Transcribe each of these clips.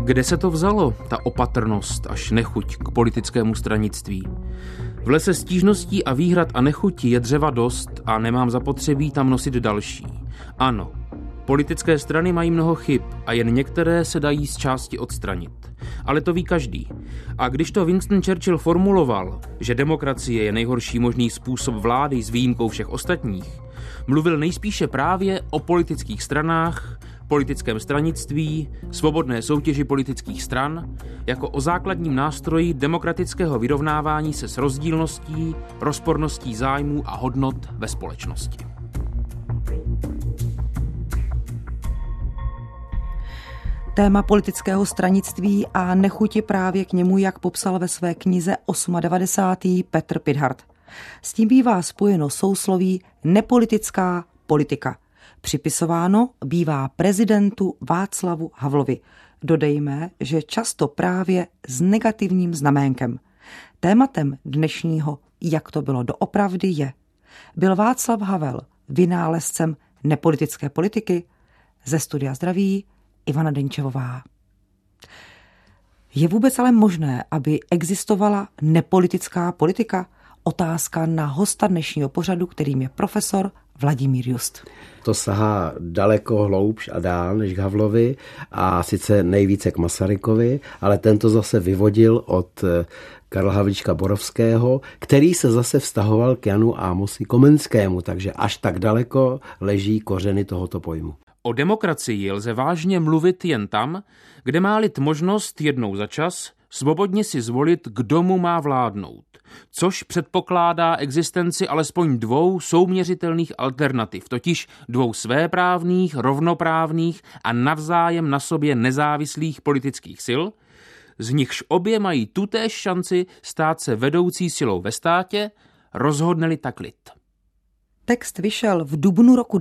Kde se to vzalo, ta opatrnost až nechuť k politickému stranictví? V lese stížností a výhrad a nechutí je dřeva dost a nemám zapotřebí tam nosit další. Ano, politické strany mají mnoho chyb a jen některé se dají z části odstranit. Ale to ví každý. A když to Winston Churchill formuloval, že demokracie je nejhorší možný způsob vlády s výjimkou všech ostatních, mluvil nejspíše právě o politických stranách, politickém stranictví, svobodné soutěži politických stran, jako o základním nástroji demokratického vyrovnávání se s rozdílností, rozporností zájmů a hodnot ve společnosti. Téma politického stranictví a nechuti právě k němu, jak popsal ve své knize 98. Petr Pithart. S tím bývá spojeno sousloví nepolitická politika. Připisováno bývá prezidentu Václavu Havlovi. Dodejme, že často právě s negativním znaménkem. Tématem dnešního Jak to bylo doopravdy je: byl Václav Havel vynálezcem nepolitické politiky? Ze studia zdraví Ivana Denčevová. Je vůbec ale možné, aby existovala nepolitická politika? Otázka na hosta dnešního pořadu, kterým je profesor Vladimír Just. To sahá daleko hloubš a dál než k Havlovi a sice nejvíce k Masarykovi, ale tento zase vyvodil od Karla Havlíčka Borovského, který se zase vztahoval k Janu Ámosi Komenskému, takže až tak daleko leží kořeny tohoto pojmu. O demokracii lze vážně mluvit jen tam, kde má lid možnost jednou za čas svobodně si zvolit, kdo mu má vládnout, což předpokládá existenci alespoň dvou souměřitelných alternativ, totiž dvou svéprávných, rovnoprávných a navzájem na sobě nezávislých politických sil, z nichž obě mají tutéž šanci stát se vedoucí silou ve státě, rozhodne-li tak lid. Text vyšel v dubnu roku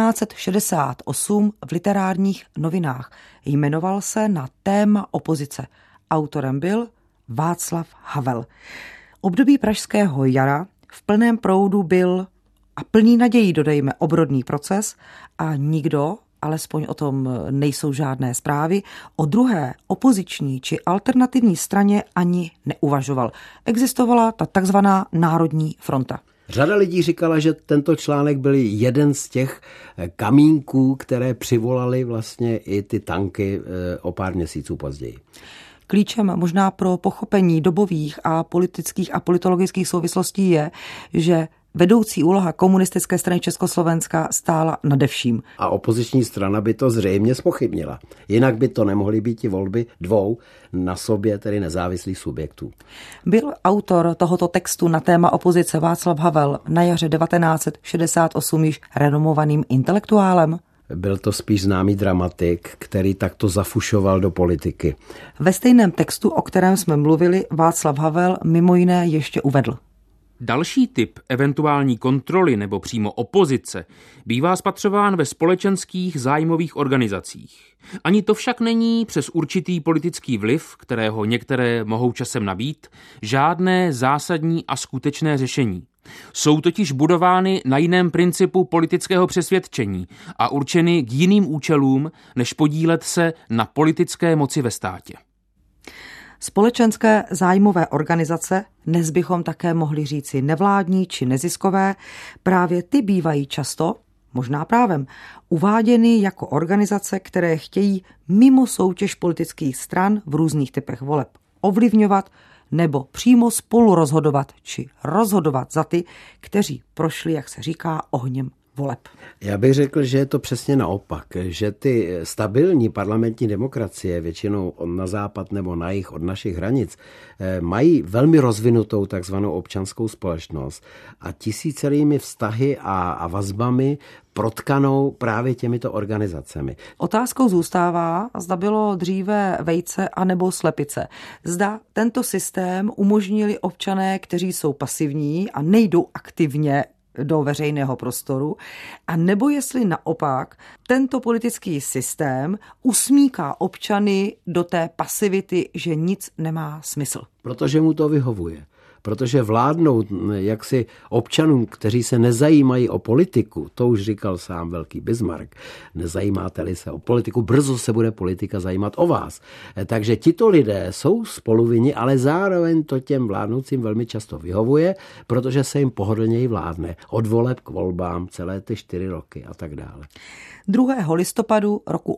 1968 v Literárních novinách. Jmenoval se Na téma opozice. Autorem byl Václav Havel. Období pražského jara v plném proudu byl a plný nadějí, dodejme, obrodný proces a nikdo, alespoň o tom nejsou žádné zprávy, o druhé opoziční či alternativní straně ani neuvažoval. Existovala ta takzvaná Národní fronta. Řada lidí říkala, že tento článek byl jeden z těch kamínků, které přivolaly vlastně i ty tanky o pár měsíců později. Klíčem možná pro pochopení dobových a politických a politologických souvislostí je, že vedoucí úloha komunistické strany Československa stála nade vším. A opoziční strana by to zřejmě zpochybnila. Jinak by to nemohly být i volby dvou na sobě, tedy nezávislých subjektů. Byl autor tohoto textu na téma opozice Václav Havel na jaře 1968 již renomovaným intelektuálem? Byl to spíš známý dramatik, který takto zafušoval do politiky. Ve stejném textu, o kterém jsme mluvili, Václav Havel mimo jiné ještě uvedl: další typ eventuální kontroly nebo přímo opozice bývá spatřován ve společenských zájmových organizacích. Ani to však není přes určitý politický vliv, kterého některé mohou časem nabít, žádné zásadní a skutečné řešení. Jsou totiž budovány na jiném principu politického přesvědčení a určeny k jiným účelům, než podílet se na politické moci ve státě. Společenské zájmové organizace, dnes bychom také mohli říci nevládní či neziskové, právě ty bývají často, možná právem, uváděny jako organizace, které chtějí mimo soutěž politických stran v různých typech voleb ovlivňovat nebo přímo spolu rozhodovat či rozhodovat za ty, kteří prošli, jak se říká, ohněm voleb. Já bych řekl, že je to přesně naopak, že ty stabilní parlamentní demokracie, většinou na západ nebo na jih od našich hranic, mají velmi rozvinutou takzvanou občanskou společnost a tisícerými vztahy a vazbami protkanou právě těmito organizacemi. Otázkou zůstává, zda bylo dříve vejce anebo slepice. Zda tento systém umožnili občané, kteří jsou pasivní a nejdou aktivně do veřejného prostoru, a nebo jestli naopak tento politický systém usmíká občany do té pasivity, že nic nemá smysl. Protože mu to vyhovuje. protože vládnout jaksi občanům, kteří se nezajímají o politiku, to už říkal sám velký Bismarck, nezajímáte-li se o politiku, brzo se bude politika zajímat o vás. Takže tito lidé jsou spoluvinni, ale zároveň to těm vládnoucím velmi často vyhovuje, protože se jim pohodlněji vládne. Od voleb k volbám celé ty 4 roky a tak dále. 2. listopadu roku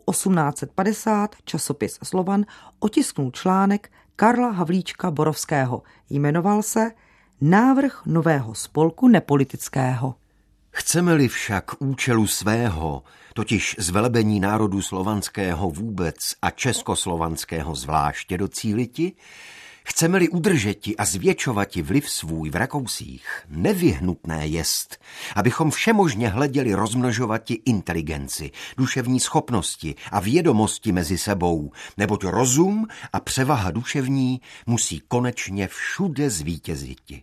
1850 časopis Slovan otisknul článek Karla Havlíčka Borovského. Jmenoval se Návrh nového spolku nepolitického. Chceme-li však účelu svého, totiž zvelebení národu slovanského vůbec a českoslovanského zvláště docíliti, chceme-li udržeti a zvětšovati vliv svůj v Rakousích, nevyhnutné jest, abychom všemožně hleděli rozmnožovati inteligenci, duševní schopnosti a vědomosti mezi sebou, neboť rozum a převaha duševní musí konečně všude zvítěziti.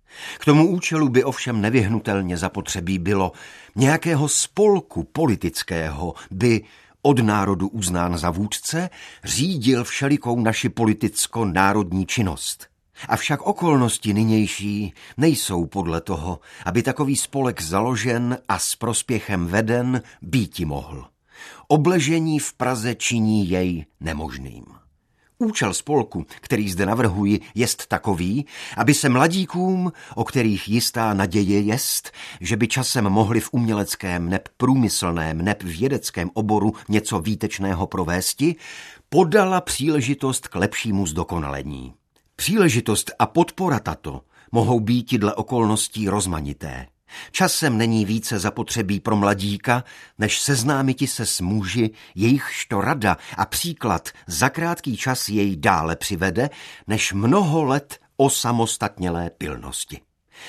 K tomu účelu by ovšem nevyhnutelně zapotřebí bylo nějakého spolku politického, by od národu uznán za vůdce, řídil všelikou naši politicko-národní činnost. Avšak okolnosti nynější nejsou podle toho, aby takový spolek založen a s prospěchem veden býti mohl. Obležení v Praze činí jej nemožným. Účel spolku, který zde navrhuji, jest takový, aby se mladíkům, o kterých jistá naděje jest, že by časem mohli v uměleckém neb průmyslném neb vědeckém oboru něco výtečného provésti, podala příležitost k lepšímu zdokonalení. Příležitost a podpora tato mohou být dle okolností rozmanité. Časem není více zapotřebí pro mladíka, než seznámiti se s muži, jejichž to rada a příklad za krátký čas jej dále přivede, než mnoho let osamostatnělé pilnosti.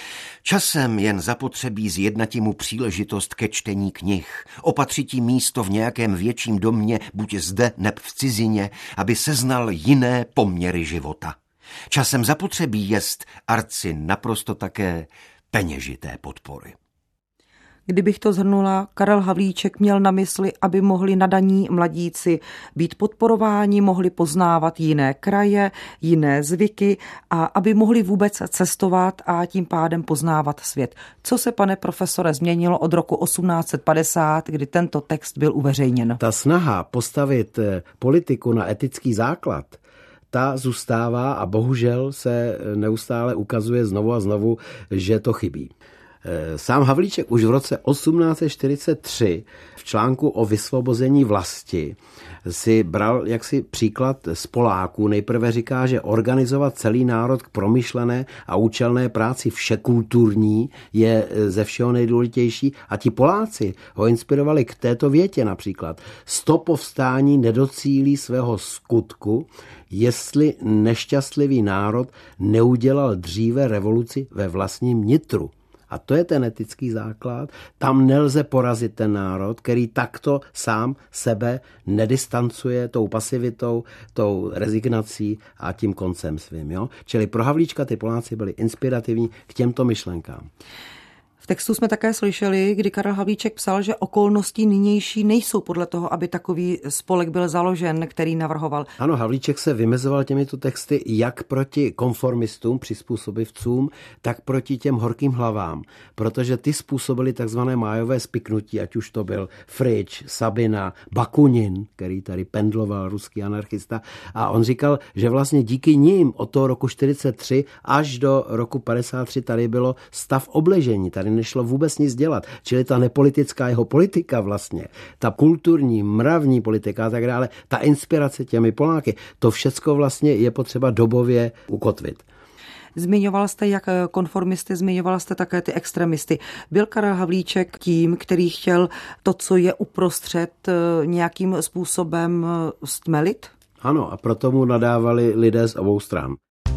Časem jen zapotřebí zjednati mu příležitost ke čtení knih, opatřití místo v nějakém větším domě, buď zde neb v cizině, aby seznal jiné poměry života. Časem zapotřebí jest arci naprosto také peněžité podpory. Kdybych to shrnula, Karel Havlíček měl na mysli, aby mohli nadaní mladíci být podporováni, mohli poznávat jiné kraje, jiné zvyky a aby mohli vůbec cestovat a tím pádem poznávat svět. Co se, pane profesore, změnilo od roku 1850, kdy tento text byl uveřejněn? Ta snaha postavit politiku na etický základ, ta zůstává a bohužel se neustále ukazuje znovu a znovu, že to chybí. Sám Havlíček už v roce 1843 v článku o vysvobození vlasti si bral jaksi příklad z Poláků. Nejprve říká, že organizovat celý národ k promyšlené a účelné práci všekulturní je ze všeho nejdůležitější a ti Poláci ho inspirovali k této větě například. 100 povstání nedocílí svého skutku, jestli nešťastlivý národ neudělal dříve revoluci ve vlastním nitru. A to je ten etický základ. Tam nelze porazit ten národ, který takto sám sebe nedistancuje tou pasivitou, tou rezignací a tím koncem svým. Jo? Čili pro Havlíčka ty Poláci byli inspirativní k těmto myšlenkám. V textu jsme také slyšeli, kdy Karel Havlíček psal, že okolnosti nynější nejsou podle toho, aby takový spolek byl založen, který navrhoval. Ano, Havlíček se vymezoval těmito texty jak proti konformistům, přizpůsobivcům, tak proti těm horkým hlavám, protože ty způsobili takzvané májové spiknutí, ať už to byl Frič, Sabina, Bakunin, který tady pendloval, ruský anarchista, a on říkal, že vlastně díky nim od toho roku 43 až do roku 53 tady bylo stav obležení, tady nešlo vůbec nic dělat. Čili ta nepolitická jeho politika vlastně, ta kulturní, mravní politika a tak dále, ta inspirace těmi Poláky, to všecko vlastně je potřeba dobově ukotvit. Zmiňoval jste jak konformisty, zmiňoval jste také ty extremisty. Byl Karel Havlíček tím, který chtěl to, co je uprostřed, nějakým způsobem stmelit? Ano, a proto mu nadávali lidé z obou stran.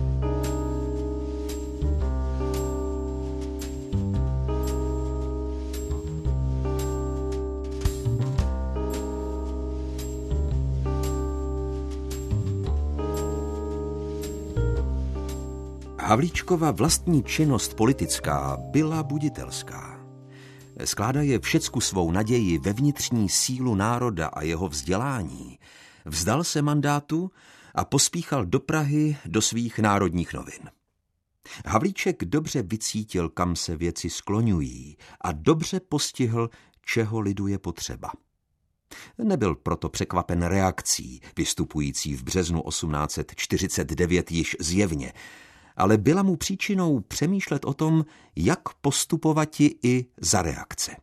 Havlíčkova vlastní činnost politická byla buditelská. Skládaje všecku svou naději ve vnitřní sílu národa a jeho vzdělání, vzdal se mandátu a pospíchal do Prahy do svých Národních novin. Havlíček dobře vycítil, kam se věci skloňují a dobře postihl, čeho lidu je potřeba. Nebyl proto překvapen reakcí, vystupující v březnu 1849 již zjevně, ale byla mu příčinou přemýšlet o tom, jak postupovati i za reakce.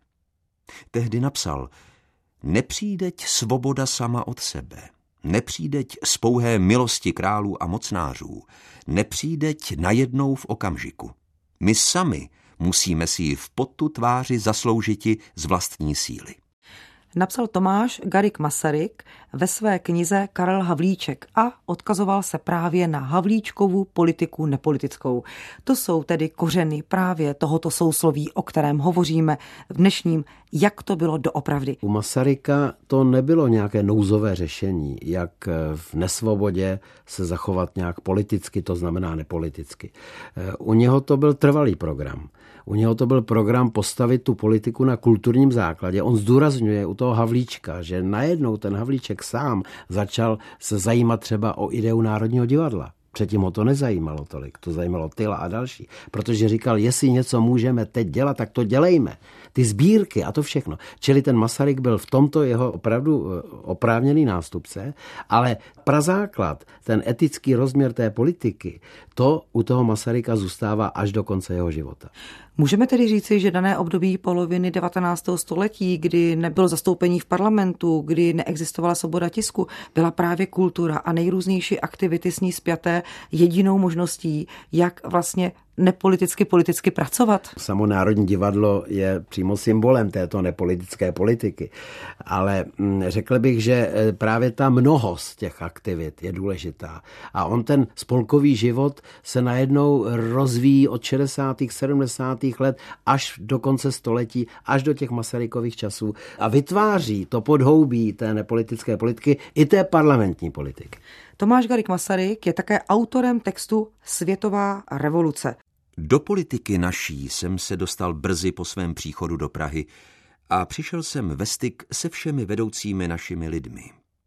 Tehdy napsal: nepřijdeť svoboda sama od sebe, nepřijdeť z pouhé milosti králů a mocnářů, nepřijdeť najednou v okamžiku. My sami musíme si ji v potu tváři zasloužiti z vlastní síly. Napsal Tomáš Garrigue Masaryk ve své knize Karel Havlíček a odkazoval se právě na Havlíčkovu politiku nepolitickou. To jsou tedy kořeny právě tohoto sousloví, o kterém hovoříme v dnešním Jak to bylo doopravdy. U Masaryka to nebylo nějaké nouzové řešení, jak v nesvobodě se zachovat nějak politicky, to znamená nepoliticky. U něho to byl trvalý program. U něho to byl program postavit tu politiku na kulturním základě. On zdůrazňuje u toho Havlíčka, že najednou ten Havlíček sám začal se zajímat třeba o ideu Národního divadla. Předtím ho to nezajímalo tolik, to zajímalo Tyla a další, protože říkal, jestli něco můžeme teď dělat, tak to dělejme. Ty sbírky a to všechno. Čili ten Masaryk byl v tomto jeho opravdu oprávněný nástupce, ale prazáklad, ten etický rozměr té politiky, to u toho Masaryka zůstává až do konce jeho života. Můžeme tedy říci, že dané období poloviny 19. století, kdy nebylo zastoupení v parlamentu, kdy neexistovala svoboda tisku, byla právě kultura a nejrůznější aktivity s ní spjaté jedinou možností, jak vlastně nepoliticky politicky pracovat. Samo Národní divadlo je přímo symbolem této nepolitické politiky, ale řekl bych, že právě ta mnohost těch aktivit je důležitá. A on ten spolkový život se najednou rozvíjí od 60. 70. let až do konce století, až do těch Masarykových časů a vytváří to podhoubí té nepolitické politiky i té parlamentní politiky. Tomáš Garrigue Masaryk je také autorem textu Světová revoluce. Do politiky naší jsem se dostal brzy po svém příchodu do Prahy a přišel jsem ve styk se všemi vedoucími našimi lidmi.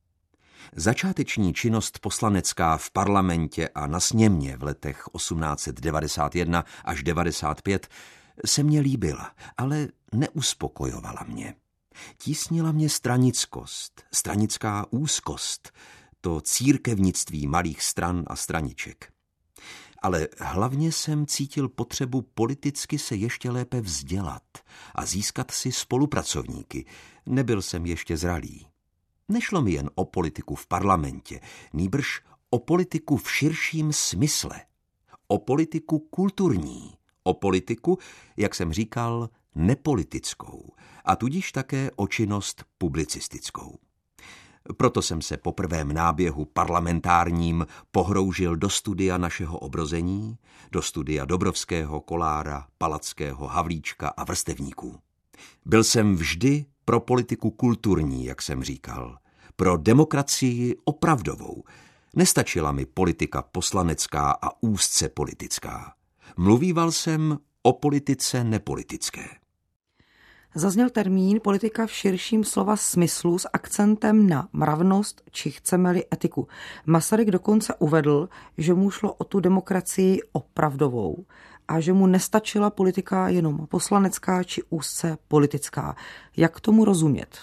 Začáteční činnost poslanecká v parlamentě a na sněmě v letech 1891 až 95 se mně líbila, ale neuspokojovala mě. Tísnila mě stranickost, stranická úzkost, to církevnictví malých stran a straniček. Ale hlavně jsem cítil potřebu politicky se ještě lépe vzdělat a získat si spolupracovníky. Nebyl jsem ještě zralý. Nešlo mi jen o politiku v parlamentě, nýbrž o politiku v širším smysle. O politiku kulturní, o politiku, jak jsem říkal, nepolitickou a tudíž také o činnost publicistickou. Proto jsem se po prvém náběhu parlamentárním pohroužil do studia našeho obrození, do studia Dobrovského, Kolára, Palackého, Havlíčka a vrstevníků. Byl jsem vždy pro politiku kulturní, jak jsem říkal, pro demokracii opravdovou. Nestačila mi politika poslanecká a úzce politická. Mluvíval jsem o politice nepolitické. Zazněl termín politika v širším slova smyslu s akcentem na mravnost, či chceme-li etiku. Masaryk dokonce uvedl, že mu šlo o tu demokracii opravdovou a že mu nestačila politika jenom poslanecká či úzce politická. Jak tomu rozumět?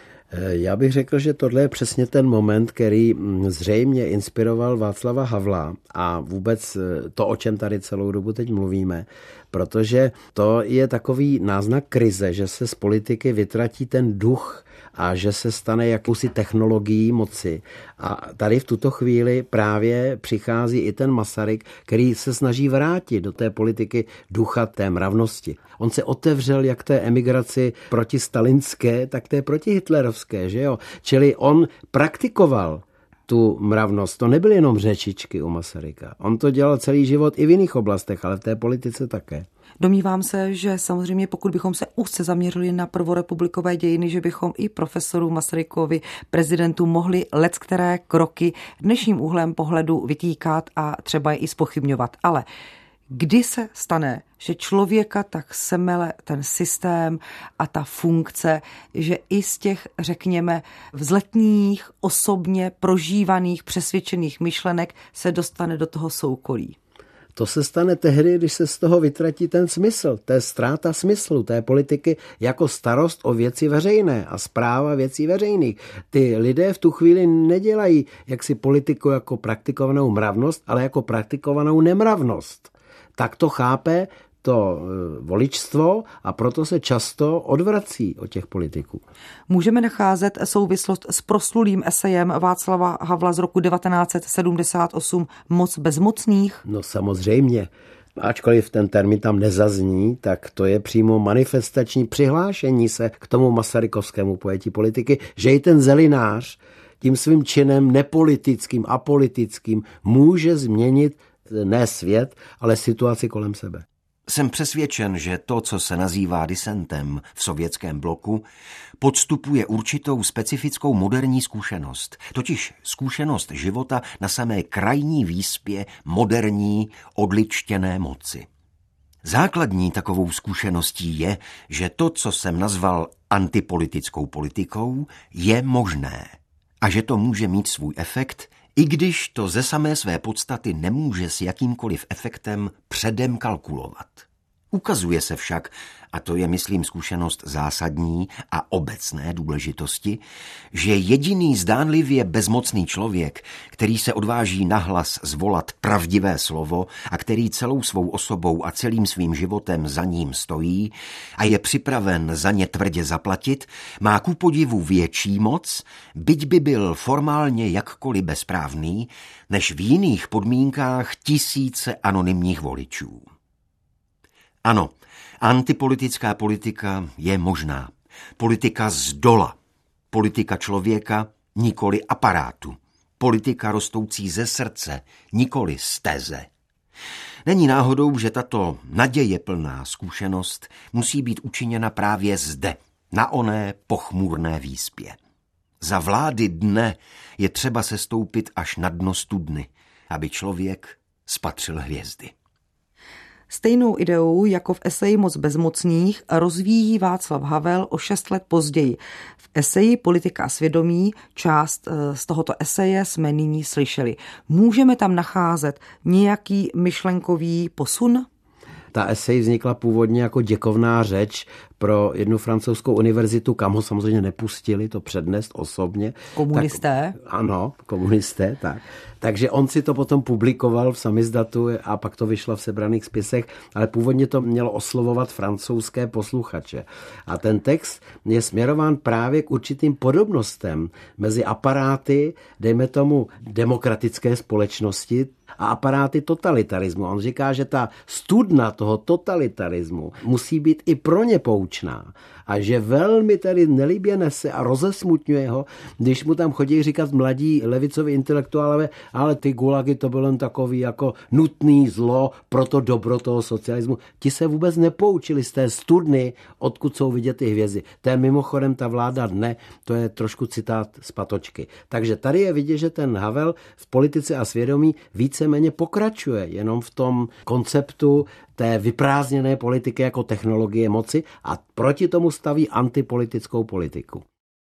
Já bych řekl, že tohle je přesně ten moment, který zřejmě inspiroval Václava Havla a vůbec to, o čem tady celou dobu teď mluvíme, protože to je takový náznak krize, že se z politiky vytratí ten duch a že se stane jakousi technologií moci. A tady v tuto chvíli právě přichází i ten Masaryk, který se snaží vrátit do té politiky ducha té mravnosti. On se otevřel jak té emigraci protistalinské, tak té protihitlerovské, že jo? Čili on praktikoval tu mravnost. To nebyly jenom řečičky u Masaryka. On to dělal celý život i v jiných oblastech, ale v té politice také. Domnívám se, že samozřejmě pokud bychom se úzce zaměřili na prvorepublikové dějiny, že bychom i profesoru Masarykovi, prezidentu, mohli leckteré kroky dnešním úhlem pohledu vytýkat a třeba je i zpochybňovat. Ale kdy se stane, že člověka tak semele ten systém a ta funkce, že i z těch, řekněme, vzletných, osobně prožívaných, přesvědčených myšlenek se dostane do toho soukolí? To se stane tehdy, když se z toho vytratí ten smysl. To je ztráta smyslu té politiky jako starost o věci veřejné a správa věcí veřejných. Ty lidé v tu chvíli nedělají jaksi politiku jako praktikovanou mravnost, ale jako praktikovanou nemravnost. Tak to chápe to voličstvo a proto se často odvrací od těch politiků. Můžeme nacházet souvislost s proslulým esejem Václava Havla z roku 1978 Moc bezmocných? No samozřejmě. Ačkoliv ten termín tam nezazní, tak to je přímo manifestační přihlášení se k tomu masarykovskému pojetí politiky, že i ten zelinář tím svým činem nepolitickým, apolitickým může změnit ne svět, ale situaci kolem sebe. Jsem přesvědčen, že to, co se nazývá disentem v sovětském bloku, podstupuje určitou specifickou moderní zkušenost, totiž zkušenost života na samé krajní výspě moderní odličtěné moci. Základní takovou zkušeností je, že to, co jsem nazval antipolitickou politikou, je možné a že to může mít svůj efekt, i když to ze samé své podstaty nemůže s jakýmkoliv efektem předem kalkulovat. Ukazuje se však, a to je, myslím, zkušenost zásadní a obecné důležitosti, že jediný zdánlivě bezmocný člověk, který se odváží nahlas zvolat pravdivé slovo a který celou svou osobou a celým svým životem za ním stojí a je připraven za ně tvrdě zaplatit, má ku podivu větší moc, byť by byl formálně jakkoliv bezprávný, než v jiných podmínkách tisíce anonymních voličů. Ano, antipolitická politika je možná. Politika zdola. Politika člověka, nikoli aparátu. Politika rostoucí ze srdce, nikoli z teze. Není náhodou, že tato nadějeplná zkušenost musí být učiněna právě zde, na oné pochmurné výspě. Za vlády dne je třeba sestoupit až na dno studny, aby člověk spatřil hvězdy. Stejnou ideou jako v eseji Moc bezmocných rozvíjí Václav Havel o 6 let později. V eseji Politika a svědomí část z tohoto eseje jsme nyní slyšeli. Můžeme tam nacházet nějaký myšlenkový posun? Ta esej vznikla původně jako děkovná řeč pro jednu francouzskou univerzitu, kam ho samozřejmě nepustili to přednést osobně. Komunisté? Tak, ano, komunisté, tak. Takže on si to potom publikoval v samizdatu a pak to vyšlo v sebraných spisech, ale původně to mělo oslovovat francouzské posluchače. A ten text je směrován právě k určitým podobnostem mezi aparáty, dejme tomu, demokratické společnosti a aparáty totalitarismu. On říká, že ta studna toho totalitarismu musí být i pro ně poučná a že velmi tady nelíbě nese a rozesmutňuje ho, když mu tam chodí říkat mladí levicoví intelektuálové, ale ty gulagy to bylo jen takový jako nutný zlo pro to dobro toho socialismu. Ti se vůbec nepoučili z té studny, odkud jsou vidět ty hvězdy. To je mimochodem ta vláda dne, to je trošku citát z Patočky. Takže tady je vidět, že ten Havel v Politice a svědomí víceméně pokračuje jenom v tom konceptu té vyprázdněné politiky jako technologie moci a proti tomu staví antipolitickou politiku.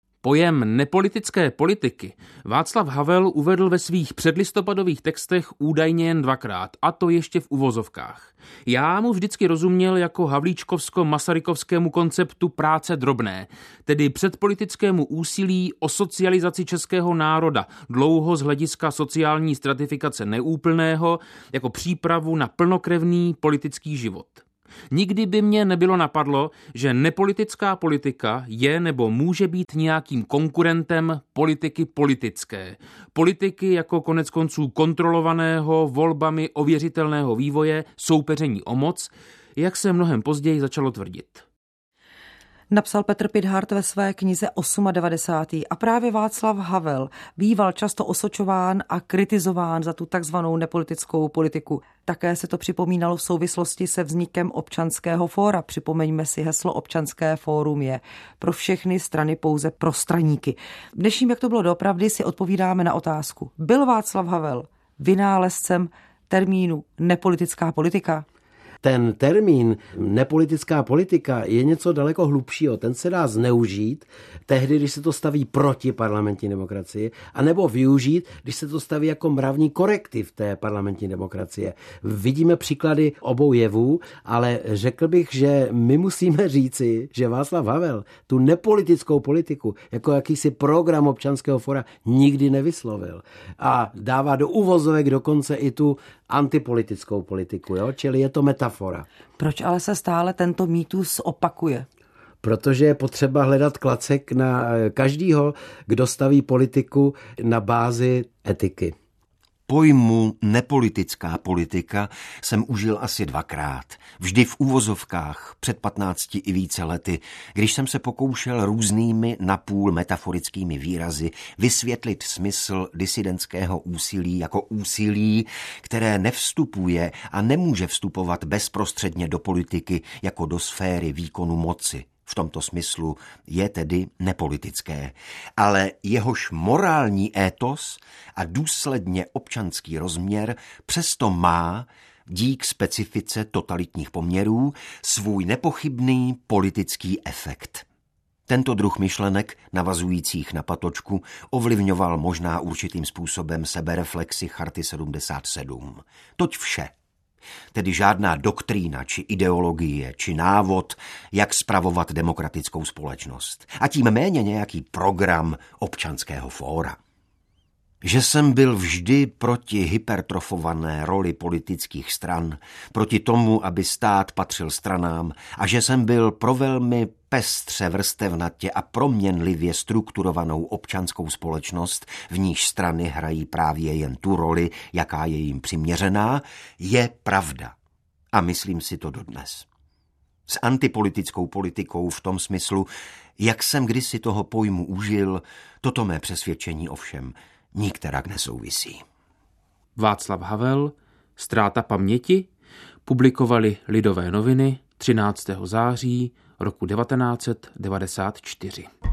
Pojem nepolitické politiky Václav Havel uvedl ve svých předlistopadových textech údajně jen 2krát, a to ještě v uvozovkách. Já mu vždycky rozuměl jako havlíčkovsko-masarykovskému konceptu práce drobné, tedy předpolitickému úsilí o socializaci českého národa, dlouho z hlediska sociální stratifikace neúplného, jako přípravu na plnokrevný politický život. Nikdy by mě nebylo napadlo, že nepolitická politika je nebo může být nějakým konkurentem politiky politické. Politiky jako koneckonců kontrolovaného volbami ověřitelného vývoje, soupeření o moc, jak se mnohem později začalo tvrdit. Napsal Petr Pithart ve své knize 98. a právě Václav Havel býval často osočován a kritizován za tu takzvanou nepolitickou politiku. Také se to připomínalo v souvislosti se vznikem Občanského fóra. Připomeňme si, heslo Občanské fórum je pro všechny strany pouze pro straníky. Dnešním, jak to bylo doopravdy, si odpovídáme na otázku. Byl Václav Havel vynálezcem termínu nepolitická politika? Ten termín nepolitická politika je něco daleko hlubšího. Ten se dá zneužít tehdy, když se to staví proti parlamentní demokracii, anebo využít, když se to staví jako mravní korektiv té parlamentní demokracie. Vidíme příklady obou jevů, ale řekl bych, že my musíme říci, že Václav Havel tu nepolitickou politiku jako jakýsi program Občanského fóra nikdy nevyslovil. A dává do uvozovek dokonce i tu antipolitickou politiku, jo? Čili je to metafora. Proč ale se stále tento mýtus opakuje? Protože je potřeba hledat klacek na každýho, kdo staví politiku na bázi etiky. Pojmu nepolitická politika jsem užil asi 2krát. Vždy v uvozovkách před 15 i více lety, když jsem se pokoušel různými napůl metaforickými výrazy vysvětlit smysl disidentského úsilí jako úsilí, které nevstupuje a nemůže vstupovat bezprostředně do politiky jako do sféry výkonu moci. V tomto smyslu je tedy nepolitické, ale jehož morální étos a důsledně občanský rozměr přesto má, dík specifice totalitních poměrů, svůj nepochybný politický efekt. Tento druh myšlenek, navazujících na Patočku, ovlivňoval možná určitým způsobem sebereflexi Charty 77. Toť vše. Tedy žádná doktrína, či ideologie, či návod, jak spravovat demokratickou společnost. A tím méně nějaký program Občanského fóra. Že jsem byl vždy proti hypertrofované roli politických stran, proti tomu, aby stát patřil stranám, a že jsem byl pro velmi pestře vrstevnatě a proměnlivě strukturovanou občanskou společnost, v níž strany hrají právě jen tu roli, jaká je jim přiměřená, je pravda. A myslím si to dodnes. S antipolitickou politikou v tom smyslu, jak jsem kdysi toho pojmu užil, toto mé přesvědčení ovšem nikterak nesouvisí. Václav Havel, Ztráta paměti, publikovali Lidové noviny 13. září roku 1994.